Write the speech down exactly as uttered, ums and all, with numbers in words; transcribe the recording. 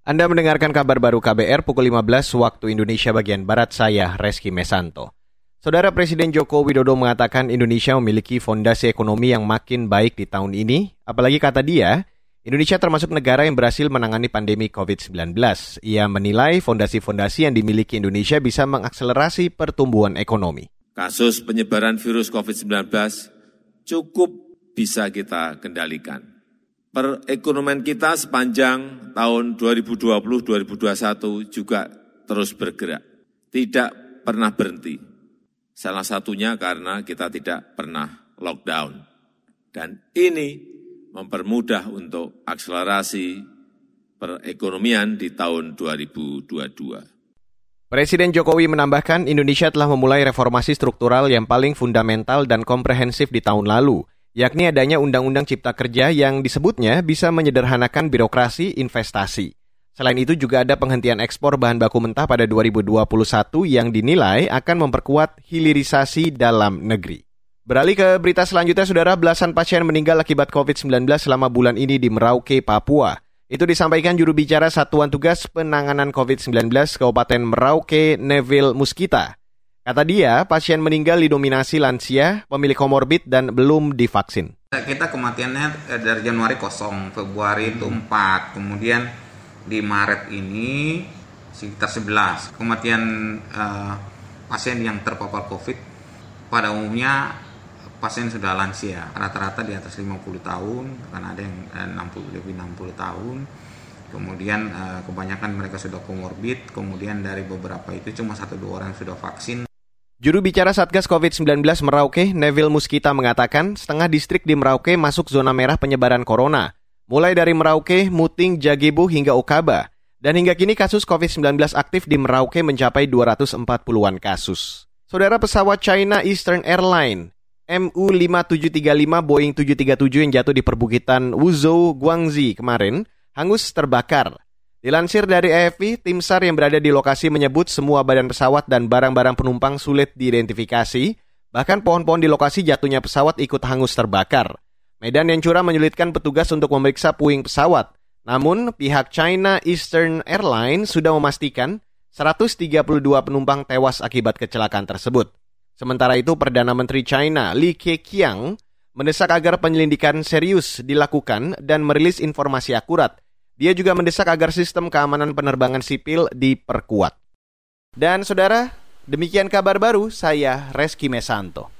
Anda mendengarkan kabar baru K B R pukul lima belas waktu Indonesia bagian Barat, saya Reski Mesanto. Saudara Presiden Joko Widodo mengatakan Indonesia memiliki fondasi ekonomi yang makin baik di tahun ini, apalagi kata dia, Indonesia termasuk negara yang berhasil menangani pandemi covid sembilan belas. Ia menilai fondasi-fondasi yang dimiliki Indonesia bisa mengakselerasi pertumbuhan ekonomi. Kasus penyebaran virus covid sembilan belas cukup bisa kita kendalikan. Perekonomian kita sepanjang tahun dua ribu dua puluh sampai dua ribu dua puluh satu juga terus bergerak, tidak pernah berhenti. Salah satunya karena kita tidak pernah lockdown. Dan ini mempermudah untuk akselerasi perekonomian di tahun dua ribu dua puluh dua. Presiden Jokowi menambahkan Indonesia telah memulai reformasi struktural yang paling fundamental dan komprehensif di tahun lalu, yakni adanya Undang-Undang Cipta Kerja yang disebutnya bisa menyederhanakan birokrasi investasi. Selain itu juga ada penghentian ekspor bahan baku mentah pada dua ribu dua puluh satu yang dinilai akan memperkuat hilirisasi dalam negeri. Beralih ke berita selanjutnya, saudara, belasan pasien meninggal akibat covid sembilan belas selama bulan ini di Merauke, Papua. Itu disampaikan juru bicara Satuan Tugas Penanganan covid sembilan belas Kabupaten Merauke, Neville Muskita. Kata dia, pasien meninggal didominasi lansia, pemilik komorbid, dan belum divaksin. Kita kematiannya dari Januari kosong, Februari itu empat, kemudian di Maret ini sekitar sebelas. Kematian uh, pasien yang terpapar COVID pada umumnya pasien sudah lansia, rata-rata di atas lima puluh tahun, kan ada yang enam puluh, lebih enam puluh tahun. Kemudian uh, kebanyakan mereka sudah komorbid, kemudian dari beberapa itu cuma satu dua orang yang sudah vaksin. Juru bicara Satgas covid sembilan belas Merauke, Neville Muskita mengatakan setengah distrik di Merauke masuk zona merah penyebaran corona. Mulai dari Merauke, Muting, Jagebo hingga Okaba. Dan hingga kini kasus covid sembilan belas aktif di Merauke mencapai dua ratus empat puluhan kasus. Saudara, pesawat China Eastern Airlines M U lima tujuh tiga lima Boeing tujuh tiga tujuh yang jatuh di perbukitan Wuzhou, Guangxi kemarin hangus terbakar. Dilansir dari A F P, tim S A R yang berada di lokasi menyebut semua badan pesawat dan barang-barang penumpang sulit diidentifikasi, bahkan pohon-pohon di lokasi jatuhnya pesawat ikut hangus terbakar. Medan yang curam menyulitkan petugas untuk memeriksa puing pesawat. Namun, pihak China Eastern Airlines sudah memastikan seratus tiga puluh dua penumpang tewas akibat kecelakaan tersebut. Sementara itu, Perdana Menteri China Li Keqiang mendesak agar penyelidikan serius dilakukan dan merilis informasi akurat. Dia juga mendesak agar sistem keamanan penerbangan sipil diperkuat. Dan saudara, demikian kabar baru, saya Reski Mesanto.